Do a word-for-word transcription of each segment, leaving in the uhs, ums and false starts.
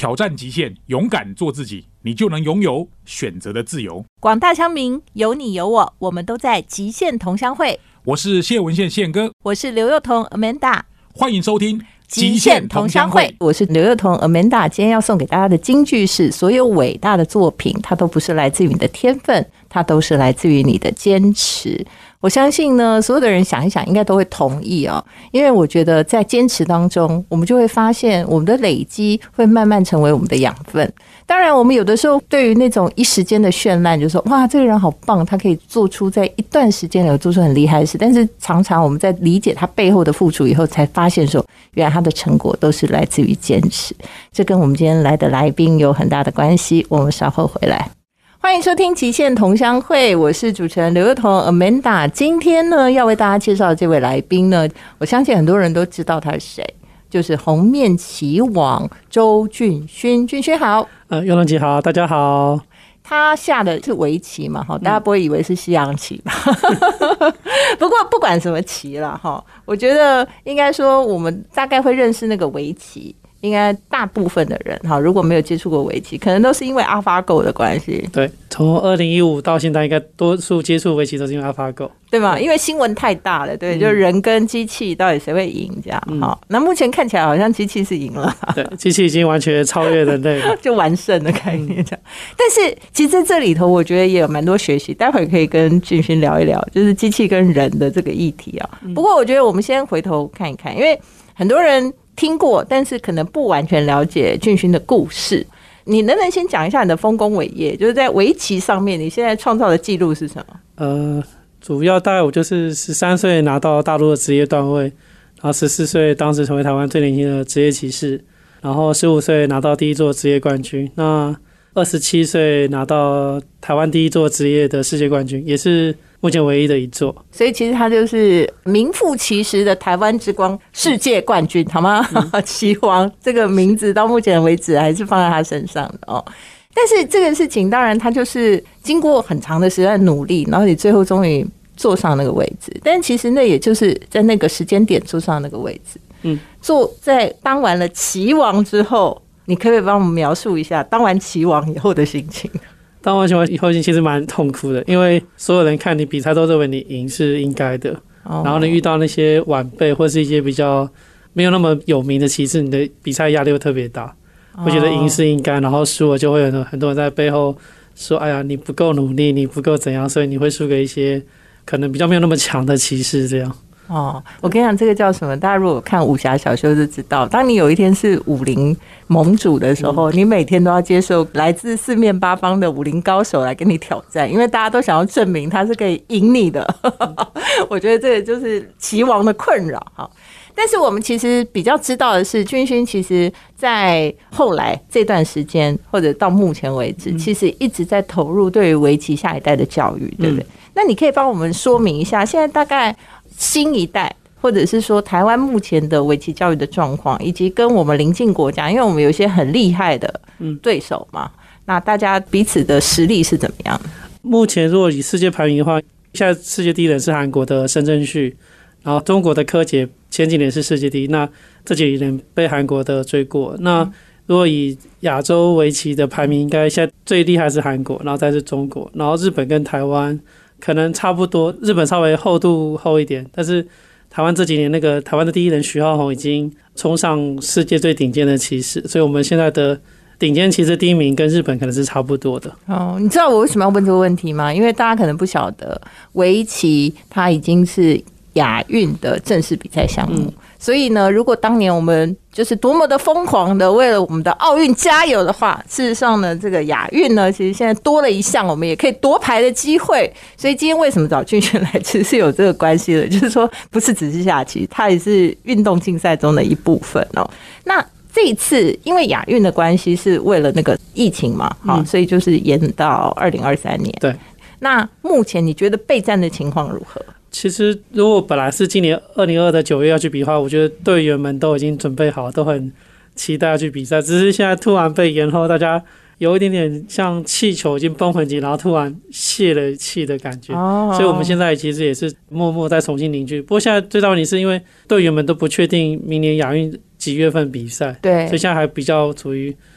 挑战极限，勇敢做自己，你就能拥有选择的自由。 广大乡民，有你有我，我们都在极限同乡会。 我是谢文宪宪哥， 我是刘幼彤 Amanda， 欢迎收听极限同乡会。我是刘幼彤 Amanda， 今天要送给大家的金句是：所有伟大的作品，它都不是来自于你的天分，它都是来自于你的坚持。我相信呢，所有的人想一想应该都会同意哦，因为我觉得在坚持当中，我们就会发现我们的累积会慢慢成为我们的养分。当然我们有的时候对于那种一时间的绚烂，就说哇这个人好棒，他可以做出在一段时间里做出很厉害的事，但是常常我们在理解他背后的付出以后，才发现说原来他的成果都是来自于坚持。这跟我们今天来的来宾有很大的关系，我们稍后回来。欢迎收听极限同乡会，我是主持人刘幼彤 Amanda。 今天呢要为大家介绍的这位来宾呢，我相信很多人都知道他是谁，就是红面棋王周俊勋。俊勋好。 呃，幼彤姐好，大家好。 他下的是围棋嘛，大家不会以为是西洋棋吧？不过不管什么棋啦，我觉得应该说我们大概会认识那个围棋，应该大部分的人如果没有接触过围棋，可能都是因为 AlphaGo 的关系。 对，从二零一五到现在，应该多数接触围棋都是因为 AlphaGo， 对吗？因为新闻太大了，对，嗯、就人跟机器到底谁会赢这样。好、嗯，那目前看起来好像机器是赢了， 对，机器已经完全超越人类了， 就完胜的概念这样。嗯、但是其实在这里头，我觉得也有蛮多学习，待会可以跟俊勋聊一聊，就是机器跟人的这个议题啊。嗯、不过我觉得我们先回头看一看，因为很多人听过，但是可能不完全了解俊勋的故事。你能不能先讲一下你的丰功伟业，就是在围棋上面你现在创造的记录是什么？ 呃，主要大概我就是十三岁拿到大陆的职业段位，然后十四岁当时成为台湾最年轻的职业棋士，然后十五岁拿到第一座职业冠军，那二十七岁拿到台湾第一座职业的世界冠军，也是目前唯一的一座。所以其实他就是名副其实的台湾之光世界冠军，好吗？嗯、棋王这个名字到目前为止还是放在他身上的哦。但是这个事情当然他就是经过很长的时间努力，然后你最后终于坐上那个位置，但其实那也就是在那个时间点坐上那个位置。嗯，坐在当完了棋王之后，你可不可以帮我们描述一下当完棋王以后的心情？ 当完棋王以后其实蛮痛苦的，因为所有人看你比赛都认为你赢是应该的，哦、然后你遇到那些晚辈或是一些比较没有那么有名的棋士，你的比赛压力会特别大，会觉得赢是应该，然后输了就会有很多人在背后说哎呀你不够努力，你不够怎样，所以你会输给一些可能比较没有那么强的棋士这样。 哦，我跟你讲，这个叫什么？大家如果看武侠小说就知道，当你有一天是武林盟主的时候，嗯、你每天都要接受来自四面八方的武林高手来跟你挑战，因为大家都想要证明他是可以赢你的。我觉得这个就是棋王的困扰哈。但是我们其实比较知道的是，俊勋其实在后来这段时间，或者到目前为止，嗯、其实一直在投入对于围棋下一代的教育，对不对？嗯、那你可以帮我们说明一下，现在大概新一代，或者是说台湾目前的围棋教育的状况，以及跟我们邻近国家，因为我们有一些很厉害的对手嘛，嗯、那大家彼此的实力是怎么样？ 目前如果以世界排名的话，现在世界第一人是韩国的申正旭，然后中国的柯洁前几年是世界第一，那这几年被韩国的追过。那如果以亚洲围棋的排名，应该现在最厉害是韩国，然后再是中国，然后日本跟台湾可能差不多，日本稍微厚度厚一点，但是台湾这几年那个台湾的第一人许浩宏已经冲上世界最顶尖的棋士，所以我们现在的顶尖棋士第一名跟日本可能是差不多的。 哦，你知道我为什么要问这个问题吗？因为大家可能不晓得，围棋它已经是亚运的正式比赛项目，嗯、所以呢，如果当年我们就是多么的疯狂的为了我们的奥运加油的话，事实上呢，这个亚运呢，其实现在多了一项我们也可以夺牌的机会。所以今天为什么找俊勋来，其实是有这个关系的，就是说不是只是下棋，它也是运动竞赛中的一部分哦。那这一次因为亚运的关系是为了那个疫情嘛，嗯、所以就是延到二零二三年。 对， 那目前你觉得备战的情况如何？ 其实如果本来是今年二零二二的九月要去比的话，我觉得队员们都已经准备好，都很期待要去比赛，只是现在突然被延后，大家有一点点像气球已经绷很紧，然后突然泄了气的感觉。哦、所以我们现在其实也是默默再重新凝聚。不过现在最大问题是因为队员们都不确定明年亚运几月份比赛， 对， 所以现在还比较处于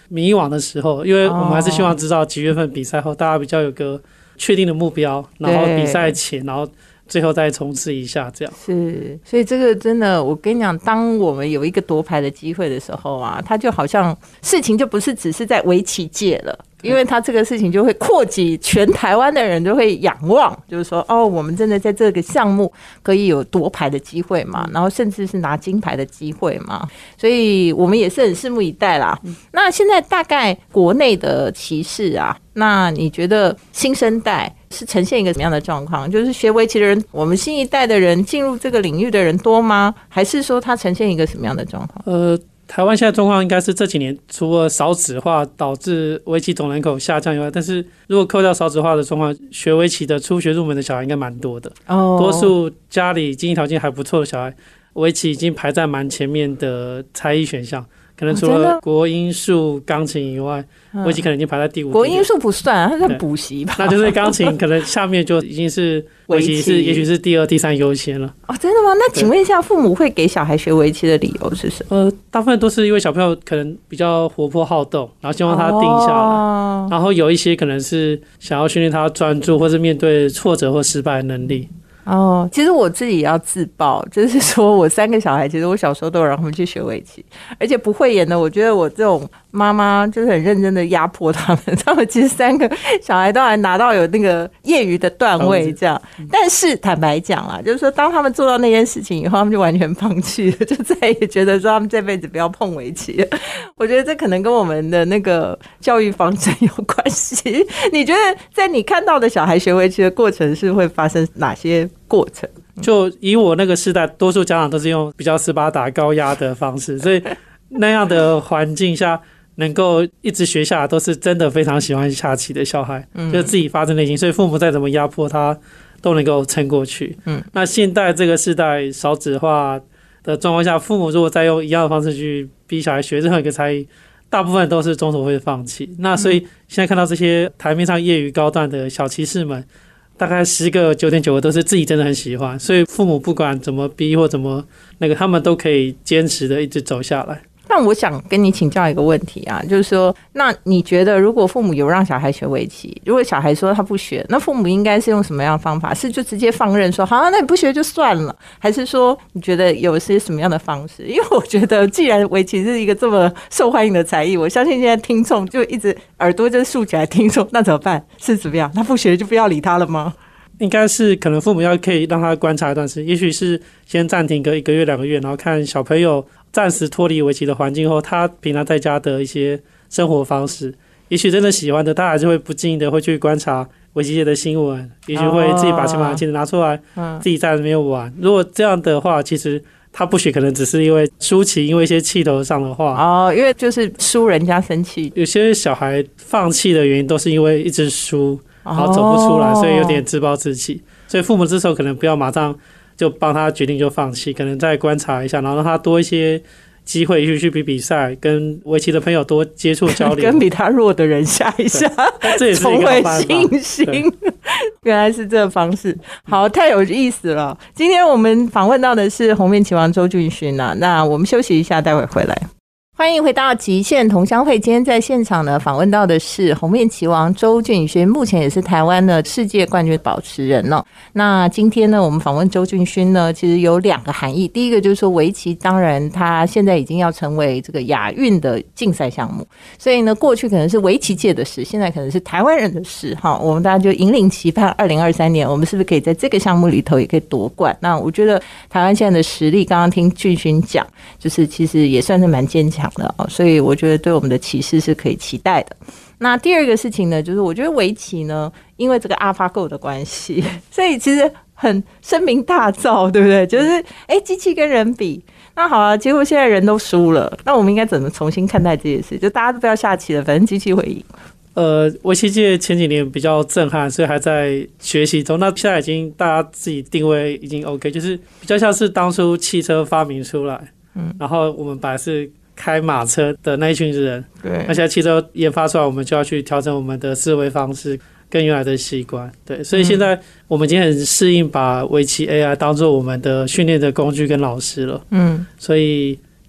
迷惘的时候，因为我们还是希望知道几月份比赛后，大家比较有个确定的目标，然后比赛前，然后最后再冲刺一下，这样是。所以这个真的，我跟你讲，当我们有一个夺牌的机会的时候啊，它就好像事情就不是只是在围棋界了。因为他这个事情就会扩及全台湾的人都会仰望，就是说哦，我们真的在这个项目可以有夺牌的机会嘛，然后甚至是拿金牌的机会嘛，所以我们也是很拭目以待啦。嗯、那现在大概国内的棋士啊，那你觉得新生代是呈现一个什么样的状况？就是学围棋的人，我们新一代的人进入这个领域的人多吗？还是说它呈现一个什么样的状况？ 呃。台湾现在状况应该是这几年除了少子化导致围棋总人口下降以外，但是如果扣掉少子化的状况，学围棋的初学入门的小孩应该蛮多的。哦，多数家里经济条件还不错的小孩，围棋已经排在蛮前面的才艺选项。可能除了国英数钢琴以外，围棋可能已经排在第五。 国英数不算，它是补习吧？ 那就是钢琴，可能下面就已经是围棋是，也许是第二、第三优先了。 哦，真的吗？那请问一下，父母会给小孩学围棋的理由是什么？ 呃，大部分都是因为小朋友可能比较活泼好动，然后希望他定下来。哦、然后有一些可能是想要训练他专注，或是面对挫折或失败的能力。 哦，其实我自己也要自爆，就是说我三个小孩，其实我小时候都有让他们去学围棋，而且不会演的，我觉得我这种妈妈就是很认真的压迫他们，他们其实三个小孩都还拿到有那个业余的段位这样，但是坦白讲啦，就是说当他们做到那件事情以后，他们就完全放弃了，就再也觉得说他们这辈子不要碰围棋了。我觉得这可能跟我们的那个教育方针有关系。你觉得在你看到的小孩学围棋的过程是会发生哪些过程？ 就以我那个世代，多数家长都是用比较斯巴达高压的方式，所以那样的环境下能够一直学下来，都是真的非常喜欢下棋的小孩，嗯、就自己发自内心，所以父母再怎么压迫他都能够撑过去。嗯，那现在这个世代少子化的状况下，父母如果再用一样的方式去逼小孩学任何一个才艺，大部分都是中途会放弃。那所以现在看到这些台面上业余高段的小棋士们，大概十个九点九个都是自己真的很喜欢，所以父母不管怎么逼或怎么那个，他们都可以坚持的一直走下来。 那我想跟你请教一个问题啊，就是说，那你觉得如果父母有让小孩学围棋，如果小孩说他不学，那父母应该是用什么样的方法？是就直接放任说好、啊，那你不学就算了，还是说你觉得有些什么样的方式？因为我觉得既然围棋是一个这么受欢迎的才艺，我相信现在听众就一直耳朵就竖起来听说，那怎么办？是怎么样？他不学就不要理他了吗？ 应该是可能父母要可以让他观察一段时间，也许是先暂停个一个月两个月，然后看小朋友暂时脱离围棋的环境后，他平常在家的一些生活方式，也许真的喜欢的，他还是会不经意的会去观察围棋界的新闻，也许会自己把棋盘棋子拿出来、哦、自己在那边玩。如果这样的话，其实他不学可能只是因为输棋，因为一些气头上的话哦，因为就是输人家生气。 有些小孩放弃的原因都是因为一直输，然后走不出来，所以有点自暴自弃。所以父母这时候可能不要马上就帮他决定就放弃，可能再观察一下，然后让他多一些机会，去去比比赛，跟围棋的朋友多接触交流， 跟比他弱的人下一下， 这也是一个好办法。 重回信心，原来是这个方式。好，太有意思了。今天我们访问到的是红面棋王周俊勋啊，那我们休息一下，待会回来。欢迎回到极限同乡会。今天在现场呢，访问到的是红面棋王周俊勋，目前也是台湾的世界冠军保持人哦。那今天呢，我们访问周俊勋呢，其实有两个含义。第一个就是说，围棋当然它现在已经要成为这个亚运的竞赛项目，所以呢，过去可能是围棋界的事，现在可能是台湾人的事哈。我们大家就引领期盼二零二三年，我们是不是可以在这个项目里头也可以夺冠？那我觉得台湾现在的实力，刚刚听俊勋讲，就是其实也算是蛮坚强的，所以我觉得对我们的棋士是可以期待的。那第二个事情呢，就是我觉得围棋呢，因为这个 AlphaGo 的关系，所以其实很声名大噪，对不对？就是哎，机器跟人比，那好啊，结果现在人都输了，那我们应该怎么重新看待这件事？就大家都不要下棋了，反正机器会赢。 呃，围棋界前几年比较震撼，所以还在学习中。那现在已经大家自己定位已经 OK， 就是比较像是当初汽车发明出来，嗯，然后我们本来是开马车的那一群人，对，那现在汽车研发出来，我们就要去调整我们的思维方式跟原来的习惯，对，所以现在我们已经很适应把围棋 A I 当做我们的训练的工具跟老师了，嗯，所以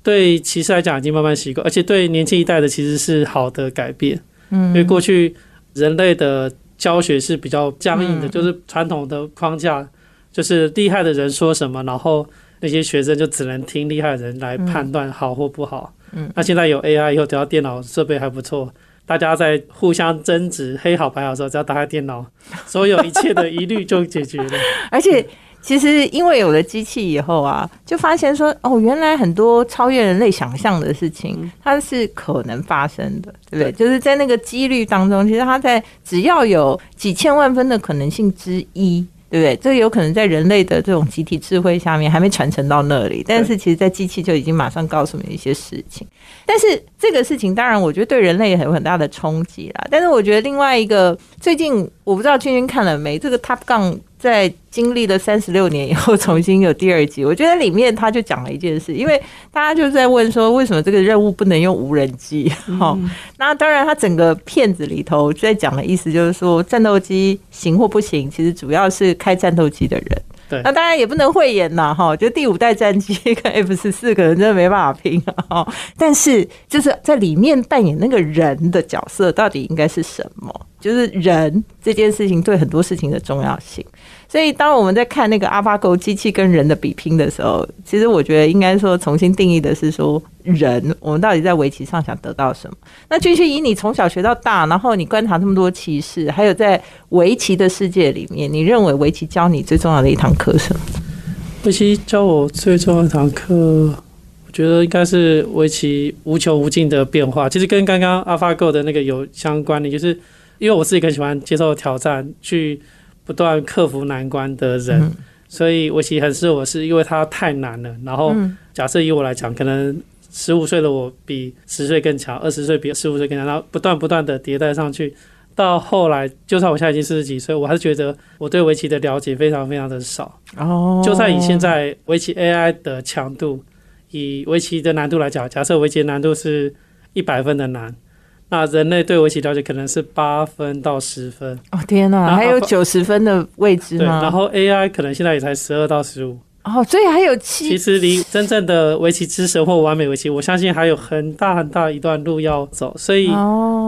对骑士来讲已经慢慢习惯，而且对年轻一代的其实是好的改变。嗯，因为过去人类的教学是比较僵硬的，嗯、就是传统的框架，就是厉害的人说什么，然后那些学生就只能听厉害的人来判断好或不好。嗯，那现在有 A I 以后，只要电脑设备还不错，大家在互相争执黑好白好的时候，只要打开电脑，所有一切的疑虑就解决了。 而且其实因为有了机器以后啊，就发现说哦，原来很多超越人类想象的事情，它是可能发生的，对不对？就是在那个几率当中，其实它在只要有几千万分的可能性之一。对不对？这个有可能在人类的这种集体智慧下面还没传承到那里，但是其实在机器就已经马上告诉你一些事情。但是这个事情当然我觉得对人类也有很大的冲击啦。但是我觉得另外一个，最近我不知道君君看了没，这个 Top Gun 在经历了三十六年以后重新有第二集，我觉得里面他就讲了一件事，因为大家就在问说为什么这个任务不能用无人机、嗯哦、那当然他整个片子里头在讲的意思就是说战斗机行或不行其实主要是开战斗机的人，对，那当然也不能讳言啦，就第五代战机跟 F 十四 可能真的没办法拼，但是就是在里面扮演那个人的角色到底应该是什么，就是人这件事情对很多事情的重要性。所以当我们在看那个 AlphaGo 机器跟人的比拼的时候，其实我觉得应该说重新定义的是说人我们到底在围棋上想得到什么。那继续以你从小学到大，然后你观察这么多棋士，还有在围棋的世界里面，你认为围棋教你最重要的一堂课是什么？ 围棋教我最重要的一堂课，我觉得应该是围棋无穷无尽的变化，其实跟刚刚 AlphaGo 的那个有相关的，就是因为我是一个很喜欢接受挑战去不断克服难关的人、嗯、所以围棋很适合我，是因为它太难了。然后假设以我来讲，可能十五岁的我比十岁更强，二十岁比十五岁更强，然后不断不断的迭代上去，到后来就算我现在已经四十几岁，我还是觉得我对围棋的了解非常非常的少、哦、就算以现在围棋 A I 的强度，以围棋的难度来讲，假设围棋的难度是一百分的难，那人类对围棋了解可能是八分到十分。 哦天哪，还有九十分的未知吗？ 对，然后 A I 可能现在也才十二到十五。 哦，所以还有七。 其实离真正的围棋之神或完美围棋，我相信还有很大很大一段路要走。所以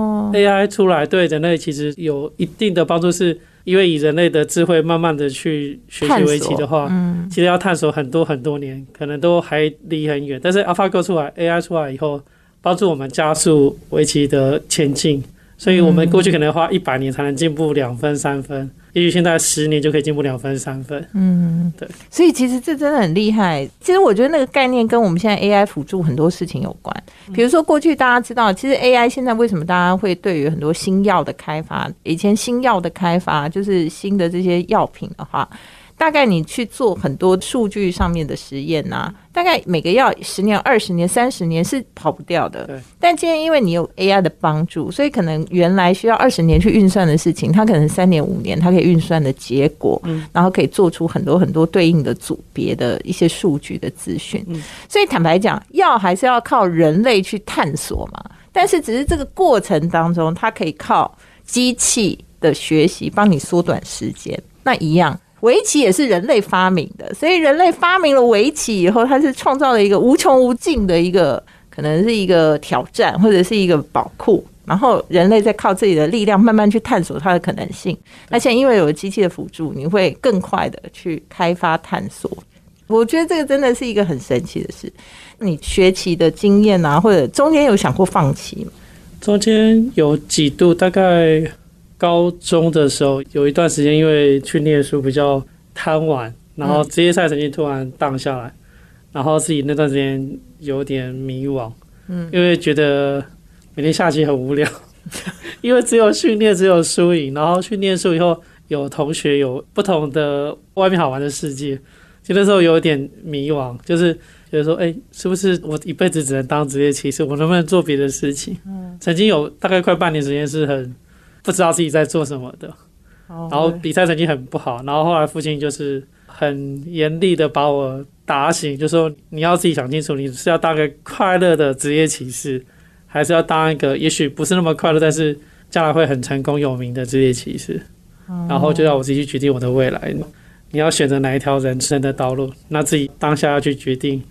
A I 出来对人类其实有一定的帮助，是因为以人类的智慧慢慢的去学习围棋的话、嗯、其实要探索很多很多年，可能都还离很远。但是 AlphaGo 出来 A I 出来以后，帮助我们加速围棋的前进，所以我们过去可能花一百年才能进步两分三分，也许现在十年就可以进步两分三分。嗯，对。 所以其实这真的很厉害。其实我觉得那个概念跟我们现在 A I 辅助很多事情有关。比如说过去大家知道，其实 A I 现在为什么大家会对于很多新药的开发，以前新药的开发就是新的这些药品的话，大概你去做很多数据上面的实验啊，大概每个药十年、二十年、三十年是跑不掉的。但今天因为你有 A I 的帮助，所以可能原来需要二十年去运算的事情，它可能三年、五年它可以运算的结果，嗯、然后可以做出很多很多对应的组别的一些数据的资讯。嗯、所以坦白讲，药还是要靠人类去探索嘛，但是只是这个过程当中，它可以靠机器的学习帮你缩短时间。那一样。围棋也是人类发明的，所以人类发明了围棋以后，它是创造了一个无穷无尽的一个，可能是一个挑战或者是一个宝库，然后人类再靠自己的力量慢慢去探索它的可能性。那现在因为有了机器的辅助，你会更快的去开发探索。我觉得这个真的是一个很神奇的事。你学棋的经验啊，或者中间有想过放弃吗？ 中间有几度，大概高中的时候有一段时间，因为去念书比较贪玩，然后职业赛成绩突然荡下来，然后自己那段时间有点迷惘，嗯，因为觉得每天下棋很无聊，因为只有训练，只有输赢，然后去念书以后有同学，有不同的外面好玩的世界，就那时候有点迷惘，就是觉得说，哎、欸，是不是我一辈子只能当职业棋士？我能不能做别的事情？嗯，曾经有大概快半年时间是很不知道自己在做什么的，然后比赛成绩很不好，然后后来父亲就是很严厉的把我打醒，就说你要自己想清楚，你是要当个快乐的职业棋士，还是要当一个也许不是那么快乐，但是将来会很成功有名的职业棋士。然后就要我自己去决定我的未来，你要选择哪一条人生的道路，那自己当下要去决定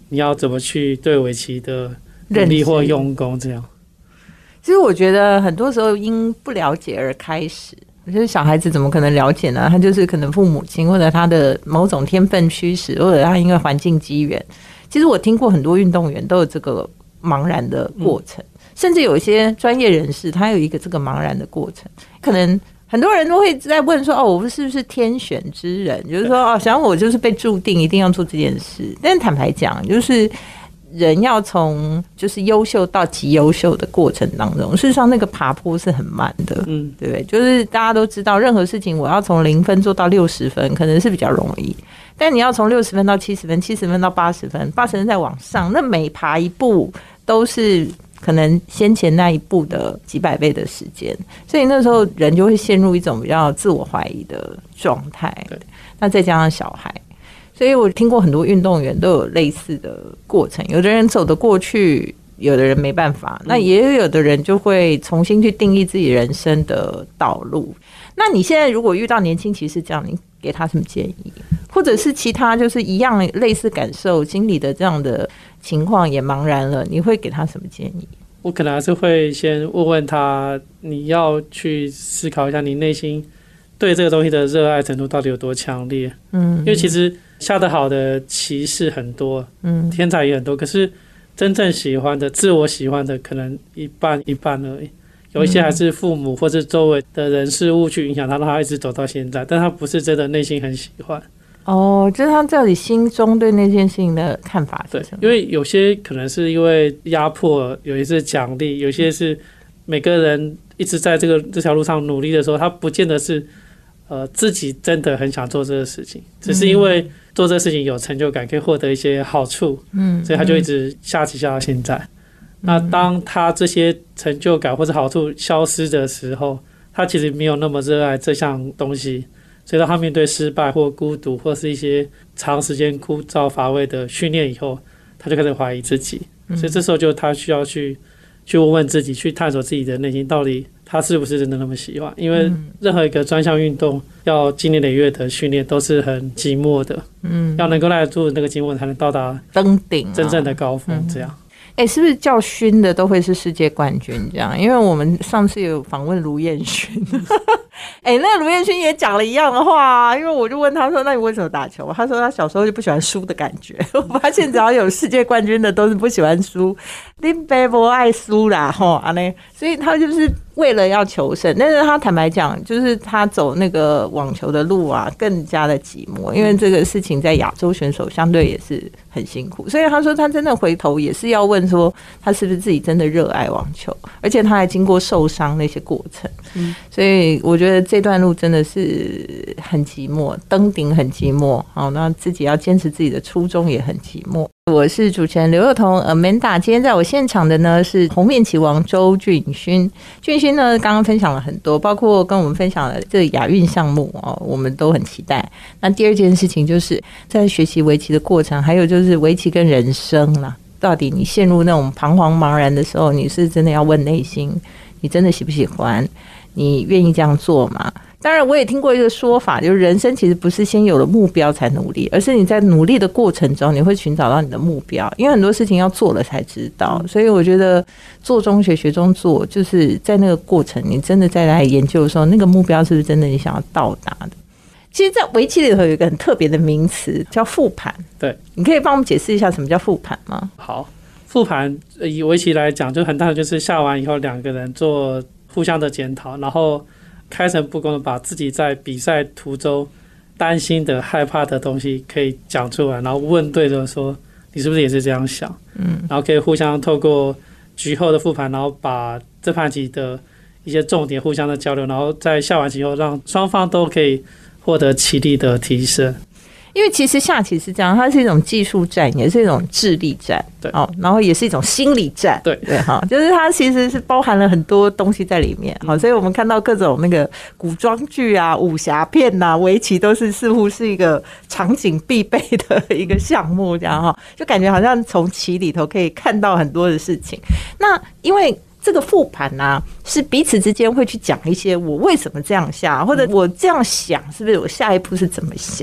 你要怎么去对围棋的努力或用功这样。 其实我觉得很多时候因不了解而开始，就是小孩子怎么可能了解呢？他就是可能父母亲或者他的某种天分驱使，或者他因为环境机缘。其实我听过很多运动员都有这个茫然的过程，嗯、甚至有一些专业人士他有一个这个茫然的过程。可能很多人都会在问说：“哦，我是不是天选之人？”就是说，哦，想我就是被注定一定要做这件事。但坦白讲，就是人要从就是优秀到极优秀的过程当中，事实上那个爬坡是很慢的，嗯，对不对？就是大家都知道，任何事情我要从零分做到六十分，可能是比较容易。但你要从六十分到七十分，七十分到八十分，八十分再往上，那每爬一步都是可能先前那一步的几百倍的时间，所以那时候人就会陷入一种比较自我怀疑的状态。那再加上小孩，所以我听过很多运动员都有类似的过程，有的人走得过去，有的人没办法，那也有的人就会重新去定义自己人生的道路。那你现在如果遇到年轻骑士这样，你给他什么建议？或者是其他就是一样类似感受经历的这样的情况也茫然了，你会给他什么建议？ 我可能还是会先问问他，你要去思考一下你内心对这个东西的热爱程度到底有多强烈。嗯，因为其实下得好的骑士很多，嗯，天才也很多，可是真正喜欢的、自我喜欢的可能一半一半而已。有一些还是父母或是周围的人事物去影响他，让他一直走到现在，但他不是真的内心很喜欢。 哦，就是他到底心中对那件事情的看法是什么？ 对，因为有些可能是因为压迫，有些是奖励，有些是每个人一直在这个这条路上努力的时候，他不见得是呃自己真的很想做这个事情，只是因为做这个事情有成就感，可以获得一些好处，嗯，所以他就一直下棋下到现在。那当他这些成就感或者好处消失的时候，他其实没有那么热爱这项东西，所以当他面对失败或孤独或是一些长时间枯燥乏味的训练以后，他就开始怀疑自己。所以这时候就他需要去去问问自己，去探索自己的内心，到底他是不是真的那么喜欢。因为任何一个专项运动要经年累月的训练都是很寂寞的，嗯，要能够耐得住那个寂寞，才能到达登顶真正的高峰。这样。 哎、欸，是不是叫勋的都会是世界冠军这样？因为我们上次有访问卢彦勋，哎、欸，那个卢彦勋也讲了一样的话、啊。因为我就问他说：“那你为什么打球？”他说他小时候就不喜欢输的感觉。我发现只要有世界冠军的都是不喜欢输，林北不爱输啦，吼啊嘞，所以他就是为了要求胜。但是他坦白讲，就是他走那个网球的路啊，更加的寂寞，因为这个事情在亚洲选手相对也是很辛苦。所以他说他真的回头也是要问说，他是不是自己真的热爱网球，而且他还经过受伤那些过程。嗯，所以我觉得这段路真的是很寂寞，登顶很寂寞。好，那自己要坚持自己的初衷也很寂寞。我是主持人刘幼彤 Amanda， 今天在我现场的呢是红面棋王周俊勋。俊勋呢刚刚分享了很多，包括跟我们分享了这个亚运项目哦，我们都很期待。那第二件事情就是在学习围棋的过程，还有就是围棋跟人生啦，到底你陷入那种彷徨茫然的时候，你是真的要问内心，你真的喜不喜欢？你愿意这样做吗？当然我也听过一个说法，就是人生其实不是先有了目标才努力，而是你在努力的过程中你会寻找到你的目标，因为很多事情要做了才知道。所以我觉得做中学学中做，就是在那个过程你真的再来研究的时候，那个目标是不是真的你想要到达的。其实在围棋里头有一个很特别的名词叫复盘， 对， 你可以帮我们解释一下什么叫复盘吗？ 好，复盘以围棋来讲就很大的就是下完以后两个人做互相的检讨，然后开诚布公的把自己在比赛途中担心的害怕的东西可以讲出来，然后问对手说你是不是也是这样想，嗯，然后可以互相透过局后的复盘，然后把这盘棋的一些重点互相的交流，然后在下完棋后让双方都可以获得棋力的提升。 因为其实下棋是这样，它是一种技术战，也是一种智力战， 对， 哦，然后也是一种心理战， 对对哈，就是它其实是包含了很多东西在里面，好、嗯，所以我们看到各种那个古装剧啊、武侠片呐、啊、围棋都是似乎是一个场景必备的一个项目，这样哈，就感觉好像从棋里头可以看到很多的事情。那因为这个复盘啊，是彼此之间会去讲一些我为什么这样下，或者我这样想，是不是我下一步是怎么想？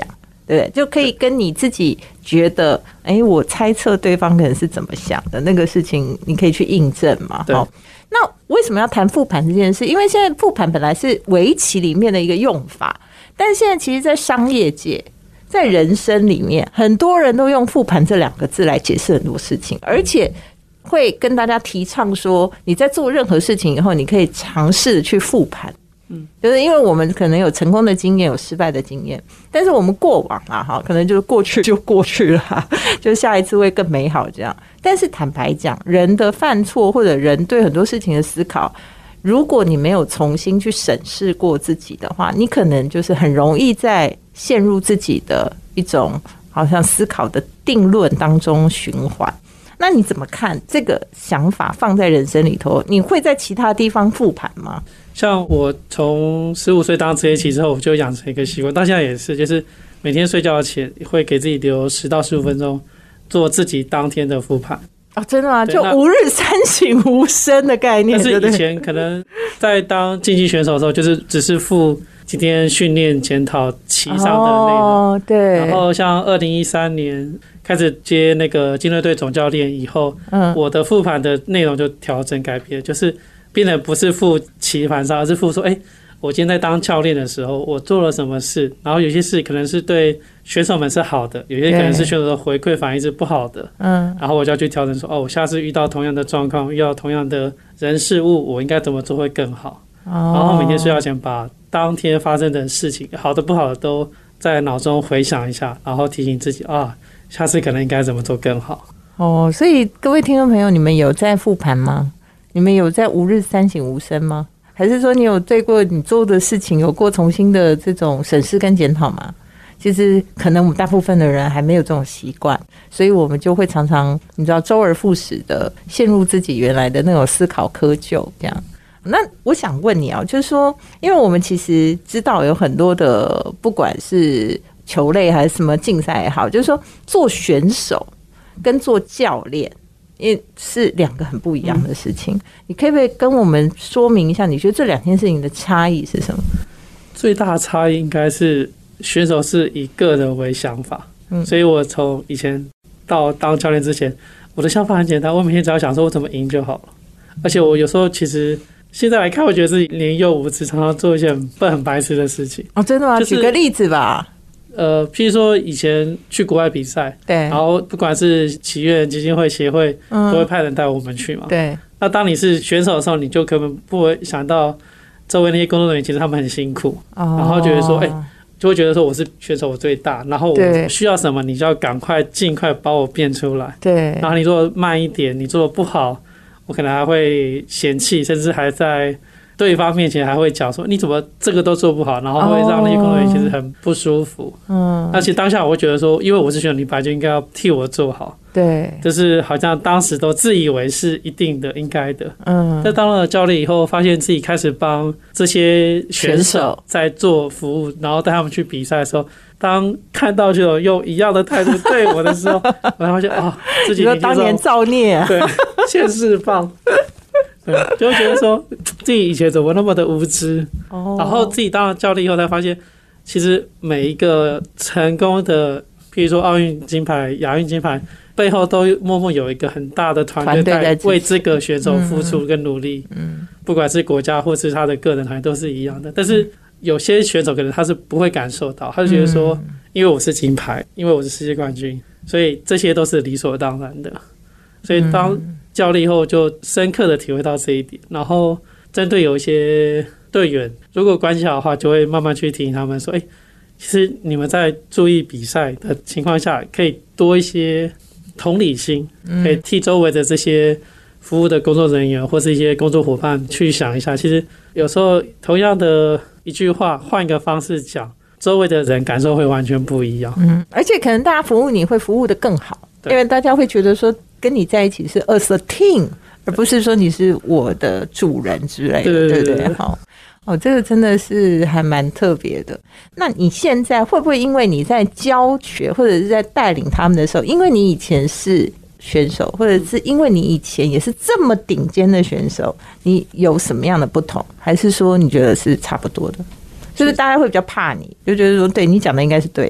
对不对？就可以跟你自己觉得，哎，我猜测对方可能是怎么想的那个事情，你可以去印证嘛。好，那为什么要谈复盘这件事？因为现在复盘本来是围棋里面的一个用法，但是现在其实在商业界，在人生里面，很多人都用复盘这两个字来解释很多事情，而且会跟大家提倡说，你在做任何事情以后，你可以尝试去复盘。嗯，就是因为我们可能有成功的经验，有失败的经验，但是我们过往啊，哈，可能就是过去就过去了，就下一次会更美好这样。但是坦白讲，人的犯错或者人对很多事情的思考，如果你没有重新去审视过自己的话，你可能就是很容易在陷入自己的一种好像思考的定论当中循环。那你怎么看这个想法放在人生里头？你会在其他地方复盘吗？ 像我从十五岁当职业棋之后，我就养成一个习惯，到现在也是，就是每天睡觉前会给自己留十到十五分钟，做自己当天的复盘。 哦，真的吗？就吾日三省吾身的概念。 但是以前可能在当竞技选手的时候，就是只是复今天训练检讨棋上的内容。 哦，对。 然后像二零一三年开始接那个金队队总教练以后，嗯，我的复盘的内容就调整改变，就是变得不是复棋盘上，而是复说，哎，我今天在当教练的时候，我做了什么事，然后有些事可能是对选手们是好的，有些可能是选手的回馈反应是不好的，嗯，然后我就要去调整说，哦，我下次遇到同样的状况，遇到同样的人事物，我应该怎么做会更好。哦，然后每天睡觉前把当天发生的事情，好的不好的都在脑中回想一下，然后提醒自己啊，下次可能应该怎么做更好。 哦，所以各位听众朋友，你们有在复盘吗？你们有在吾日三省吾身吗？还是说你有对过你做的事情有过重新的这种审视跟检讨吗？其实可能我们大部分的人还没有这种习惯，所以我们就会常常你知道周而复始的陷入自己原来的那种思考窠臼这样。那我想问你啊，就是说，因为我们其实知道有很多的，不管是球类还是什么竞赛也好，就是说做选手跟做教练，因为是两个很不一样的事情。嗯，你可以不可以跟我们说明一下，你觉得这两件事情的差异是什么？ 最大的差异应该是选手是以个人为想法，嗯，所以我从以前到当教练之前，我的想法很简单，我每天只要想说我怎么赢就好了。而且我有时候其实现在来看，我觉得自己年幼无知，常常做一些很笨很白痴的事情。 哦，真的吗？就是，举个例子吧。 呃，譬如说以前去国外比赛，对，然后不管是祈愿基金会协会，嗯，都会派人带我们去嘛。对。那当你是选手的时候，你就可能不会想到周围那些工作人员其实他们很辛苦，哦，然后觉得说，哎，欸，就会觉得说我是选手，我最大，然后我需要什么，你就要赶快尽快把我变出来。对。然后你做慢一点，你做的不好，我可能还会嫌弃，甚至还在对方面前还会讲说你怎么这个都做不好，然后会让那些工作人员其实很不舒服。嗯，而且当下我会觉得说，因为我是选手，你本来就应该要替我做好。对，就是好像当时都自以为是一定的、应该的。嗯，在当了教练以后，发现自己开始帮这些选手在做服务，然后带他们去比赛的时候，当看到这种用一样的态度对我的时候，我才发现啊，自己当年造孽啊， 对，欠释放。对，就会觉得说自己以前怎么那么的无知，哦，然后自己当了教练以后才发现，其实每一个成功的，譬如说奥运金牌、亚运金牌，背后都默默有一个很大的团队在为这个选手付出跟努力。嗯，不管是国家或是他的个人团队都是一样的。但是有些选手可能他是不会感受到，他就觉得说，因为我是金牌，因为我是世界冠军，所以这些都是理所当然的。所以当教练以后就深刻的体会到这一点，然后针对有一些队员，如果关系好的话，就会慢慢去提醒他们说，哎，其实你们在注意比赛的情况下，可以多一些同理心，可以替周围的这些服务的工作人员或是一些工作伙伴去想一下，其实有时候同样的一句话，换一个方式讲，周围的人感受会完全不一样。 嗯，而且可能大家服务你会服务的更好，因为大家会觉得说跟你在一起是 as a team， 而不是说你是我的主人之类的， 对, 对, 对, 对不对？好，哦，这个真的是还蛮特别的。那你现在会不会因为你在教学或者是在带领他们的时候，因为你以前是选手，或者是因为你以前也是这么顶尖的选手，你有什么样的不同？还是说你觉得是差不多的？就是大家会比较怕你，就觉得说对你讲的应该是对的。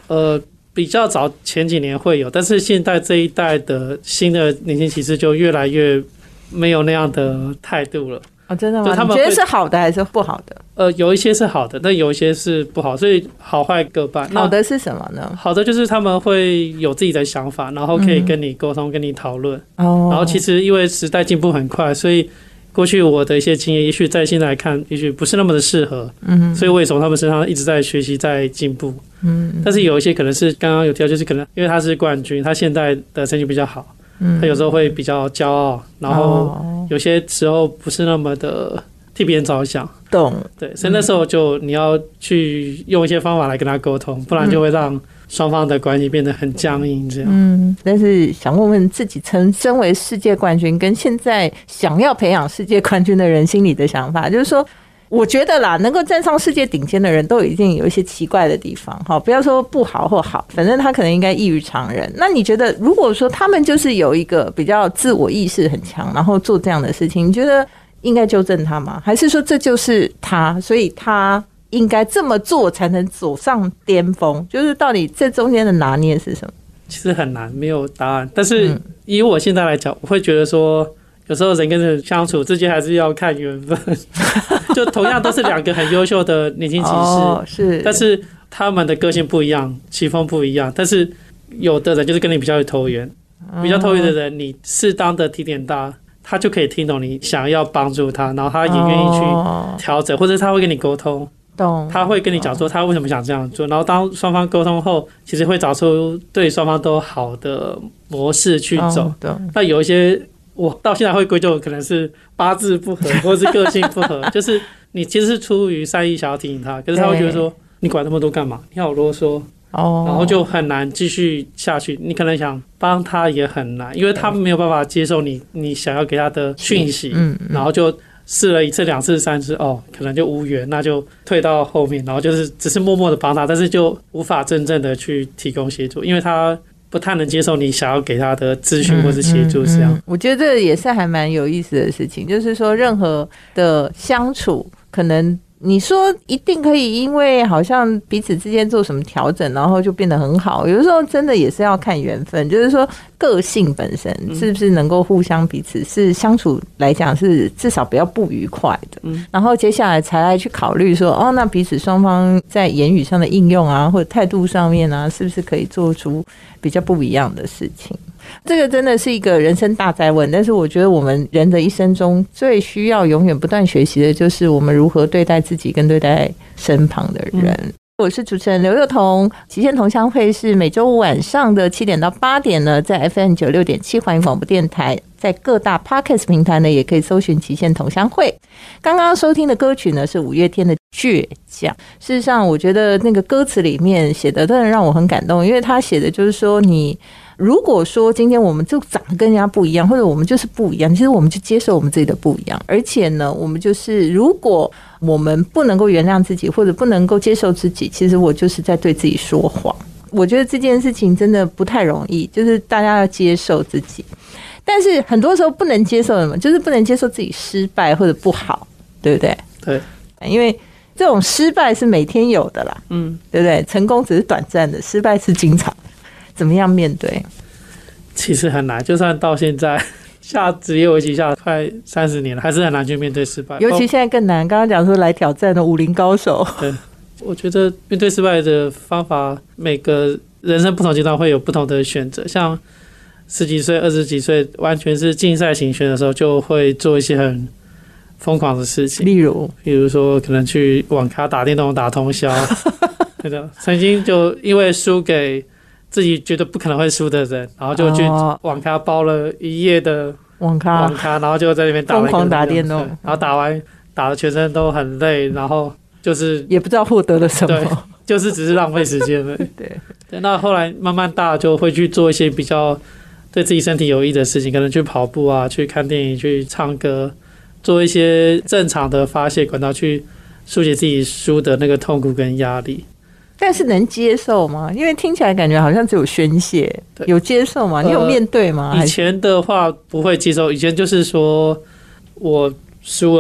呃，比较早前几年会有，但是现在这一代的新的年轻骑士就越来越没有那样的态度了。 哦，真的吗？你觉得是好的还是不好的？ 呃，有一些是好的，但有一些是不好，所以好坏各半。 好的是什么呢？ 好的就是他们会有自己的想法，然后可以跟你沟通、嗯、跟你讨论。哦。然后其实因为时代进步很快，所以过去我的一些经验，也许在现在来看，也许不是那么的适合。嗯。所以我也从他们身上一直在学习，在进步。嗯。但是有一些可能是刚刚有提到，就是可能因为他是冠军，他现在的成绩比较好。嗯。他有时候会比较骄傲，然后有些时候不是那么的。替别人着想， 懂对，所以那时候就你要去用一些方法来跟他沟通，不然就会让双方的关系变得很僵硬这样。 嗯，但是想问问自己，曾身为世界冠军，跟现在想要培养世界冠军的人心里的想法，就是说，我觉得啦，能够站上世界顶尖的人都一定有一些奇怪的地方，好，不要说不好或好，反正他可能应该异于常人。那你觉得，如果说他们就是有一个比较自我意识很强，然后做这样的事情，你觉得？应该纠正他吗？还是说这就是他，所以他应该这么做才能走上巅峰？就是到底这中间的拿捏是什么？ 其实很难，没有答案。但是以我现在来讲，我会觉得说，有时候人跟人相处之间还是要看缘分。就同样都是两个很优秀的年轻骑士，哦，是，但是他们的个性不一样，棋风不一样。但是有的人就是跟你比较投缘，比较投缘的人，你适当的提点他。他就可以听懂你想要帮助他，然后他也愿意去调整，哦，或者他会跟你沟通，懂？他会跟你讲说他为什么想这样做，然后当双方沟通后，其实会找出对双方都好的模式去走。哦，那有一些我到现在会归咎可能是八字不合，或是个性不合，就是你其实是出于善意想要提醒他，可是他会觉得说你管那么多干嘛？你好啰嗦。Oh. 然后就很难继续下去，你可能想帮他也很难，因为他没有办法接受你你想要给他的讯息，嗯嗯，然后就试了一次两次三次，哦，可能就无缘，那就退到后面，然后就是只是默默的帮他，但是就无法真正的去提供协助，因为他不太能接受你想要给他的资讯或是协助这样，嗯嗯嗯。 我觉得这也是还蛮有意思的事情，就是说任何的相处可能你说一定可以因为好像彼此之间做什么调整然后就变得很好，有的时候真的也是要看缘分，就是说个性本身是不是能够互相彼此是相处来讲是至少不要不愉快的，然后接下来才来去考虑说哦，那彼此双方在言语上的应用啊或者态度上面啊是不是可以做出比较不一样的事情。这个真的是一个人生大哉问，但是我觉得我们人的一生中最需要永远不断学习的就是我们如何对待自己跟对待身旁的人。嗯，我是主持人刘幼彤，极限同乡会是每周五晚上的七点到八点呢，在 F M 九六点七环宇广播电台，在各大 Podcast 平台呢也可以搜寻极限同乡会。刚刚收听的歌曲呢是五月天的倔强，事实上我觉得那个歌词里面写的真的让我很感动，因为他写的就是说你如果说今天我们就长得跟人家不一样，或者我们就是不一样，其实我们就接受我们自己的不一样，而且呢我们就是如果我们不能够原谅自己或者不能够接受自己，其实我就是在对自己说谎。我觉得这件事情真的不太容易，就是大家要接受自己，但是很多时候不能接受什么，就是不能接受自己失败或者不好，对不对？ 对， 因为这种失败是每天有的啦，嗯，对不对？成功只是短暂的，失败是经常的。怎么样面对？ 其实很难，就算到现在下职业围棋下快三十年了，还是很难去面对失败。 尤其现在更难。刚刚讲说来挑战的武林高手， 对，我觉得面对失败的方法，每个人生不同阶段会有不同的选择。像十几岁、二十几岁，完全是竞赛型选的时候，就会做一些很疯狂的事情， 例如， 比如说可能去网咖打电动、打通宵。对的，曾经就因为输给自己觉得不可能会输的人，然后就去网咖包了一夜的网咖， 网咖，然后就在那边打了一个疯狂打电动， 然后打完打的全身都很累，然后就是也不知道获得了什么， 对，就是只是浪费时间了。对对，那后来慢慢大就会去做一些比较对自己身体有益的事情，可能去跑步啊，去看电影，去唱歌，做一些正常的发泄管道，去疏解自己输的那个痛苦跟压力。 但是能接受吗？因为听起来感觉好像只有宣泄，有接受吗？你有面对吗？ 呃、以前的话不会接受，以前就是说我输了，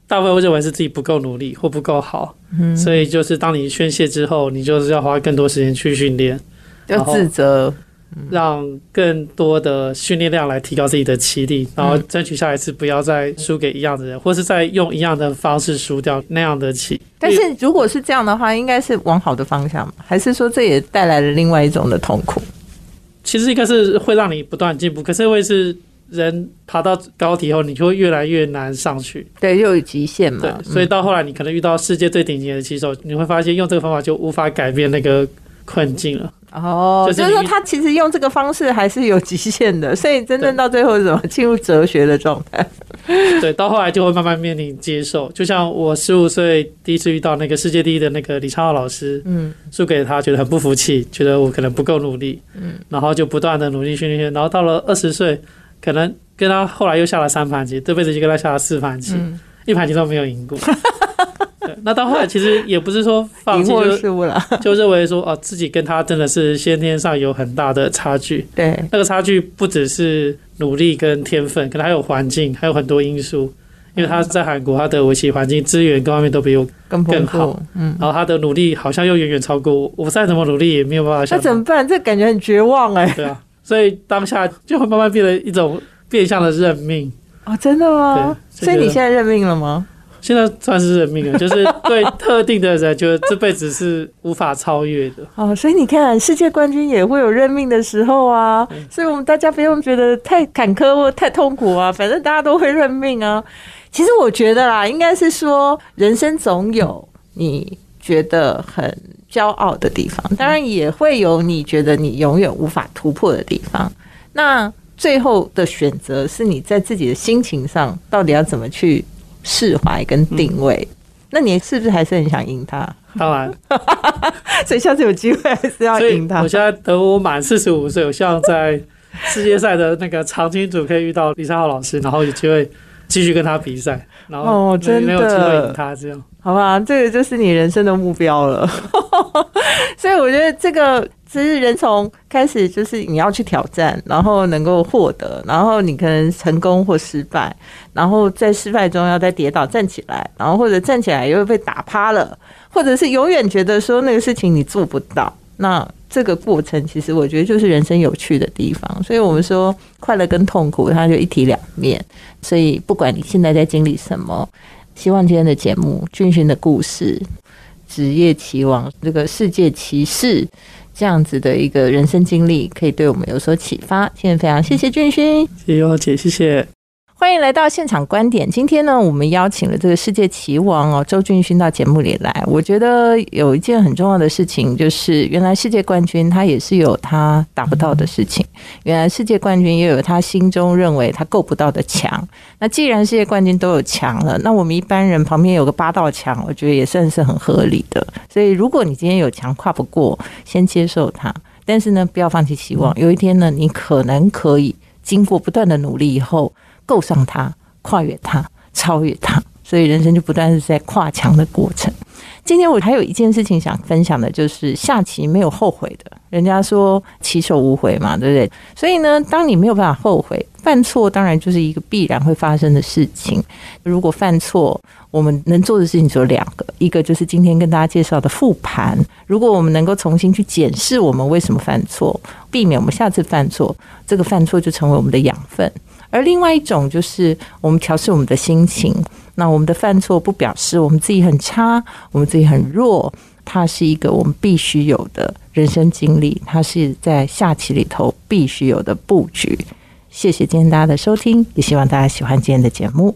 大部分会认为是自己不够努力或不够好，嗯，所以就是当你宣泄之后，你就是要花更多时间去训练， 就自责， 让更多的训练量来提高自己的棋力，然后争取下一次不要再输给一样的人，或是再用一样的方式输掉那样的棋。 但是如果是这样的话，应该是往好的方向吗？还是说这也带来了另外一种的痛苦？ 其实应该是会让你不断进步，可是会是人爬到高体后，你就会越来越难上去。 对，又有极限嘛。 对，所以到后来你可能遇到世界最顶级的棋手，你会发现用这个方法就无法改变那个困境了。 哦，就是、就是说他其实用这个方式还是有极限的，所以真正到最后是什么？进入哲学的状态。 对，到后来就会慢慢面临接受。就像我十五岁第一次遇到那个世界第一的那个李昌镐老师，嗯，输给他，觉得很不服气，觉得我可能不够努力，嗯，然后就不断的努力训练，然后到了二十岁，可能跟他后来又下了三盘棋，这辈子就跟他下了四盘棋，嗯、一盘棋都没有赢过。那到后来其实也不是说放弃，就, 就认为说哦，自己跟他真的是先天上有很大的差距。 对， 那个差距不只是努力跟天分，可能还有环境，还有很多因素。因为他在韩国，他的围棋环境资源各方面都比我更好，嗯，然后他的努力好像又远远超过我，我再怎么努力也没有办法像他。 那怎么办？这感觉很绝望哎、欸。 对啊，所以当下就会慢慢变得一种变相的认命。 哦，真的吗？所以你现在认命了吗？ 现在算是认命了，就是对特定的人，觉得这辈子是无法超越的。 哦，所以你看，世界冠军也会有认命的时候啊。嗯、所以我们大家不用觉得太坎坷或太痛苦啊，反正大家都会认命啊。其实我觉得啦，应该是说，人生总有你觉得很骄傲的地方，当然也会有你觉得你永远无法突破的地方。那最后的选择是你在自己的心情上到底要怎么去释怀跟定位、嗯、那你是不是还是很想赢他？ 当然所以下次有机会还是要赢他。 我现在等我满四十五岁，我希望在世界赛的那个常青组可以遇到李昌镐老师，然后有机会继续跟他比赛，然后哦，真的没有机会赢他，这样好吧？这个就是你人生的目标了。所以我觉得这个只是人从开始就是你要去挑战，然后能够获得，然后你可能成功或失败，然后在失败中要再跌倒站起来，然后或者站起来又被打趴了，或者是永远觉得说那个事情你做不到。那这个过程其实我觉得就是人生有趣的地方，所以我们说快乐跟痛苦它就一体两面。所以不管你现在在经历什么，希望今天的节目俊勋的故事，职业棋王这个世界棋士这样子的一个人生经历可以对我们有所启发。今天非常谢谢俊勋， 谢谢优姐，谢谢。 欢迎来到现场观点。今天呢，我们邀请了这个世界棋王哦周俊勋到节目里来。我觉得有一件很重要的事情，就是原来世界冠军他也是有他达不到的事情，原来世界冠军也有他心中认为他够不到的墙。那既然世界冠军都有墙了，那我们一般人旁边有个八道墙，我觉得也算是很合理的。所以如果你今天有墙跨不过，先接受它，但是呢，不要放弃希望。有一天呢，你可能可以经过不断的努力以后够上它，跨越它，超越它，所以人生就不断是在跨墙的过程。今天我还有一件事情想分享的，就是下棋没有后悔的。人家说棋手无悔嘛，对不对？所以呢，当你没有办法后悔，犯错当然就是一个必然会发生的事情。如果犯错，我们能做的事情只有两个，一个就是今天跟大家介绍的复盘。如果我们能够重新去检视我们为什么犯错，避免我们下次犯错，这个犯错就成为我们的养分。而另外一种就是我们调试我们的心情，那我们的犯错不表示我们自己很差，我们自己很弱，它是一个我们必须有的人生经历，它是在下棋里头必须有的布局。谢谢今天大家的收听，也希望大家喜欢今天的节目。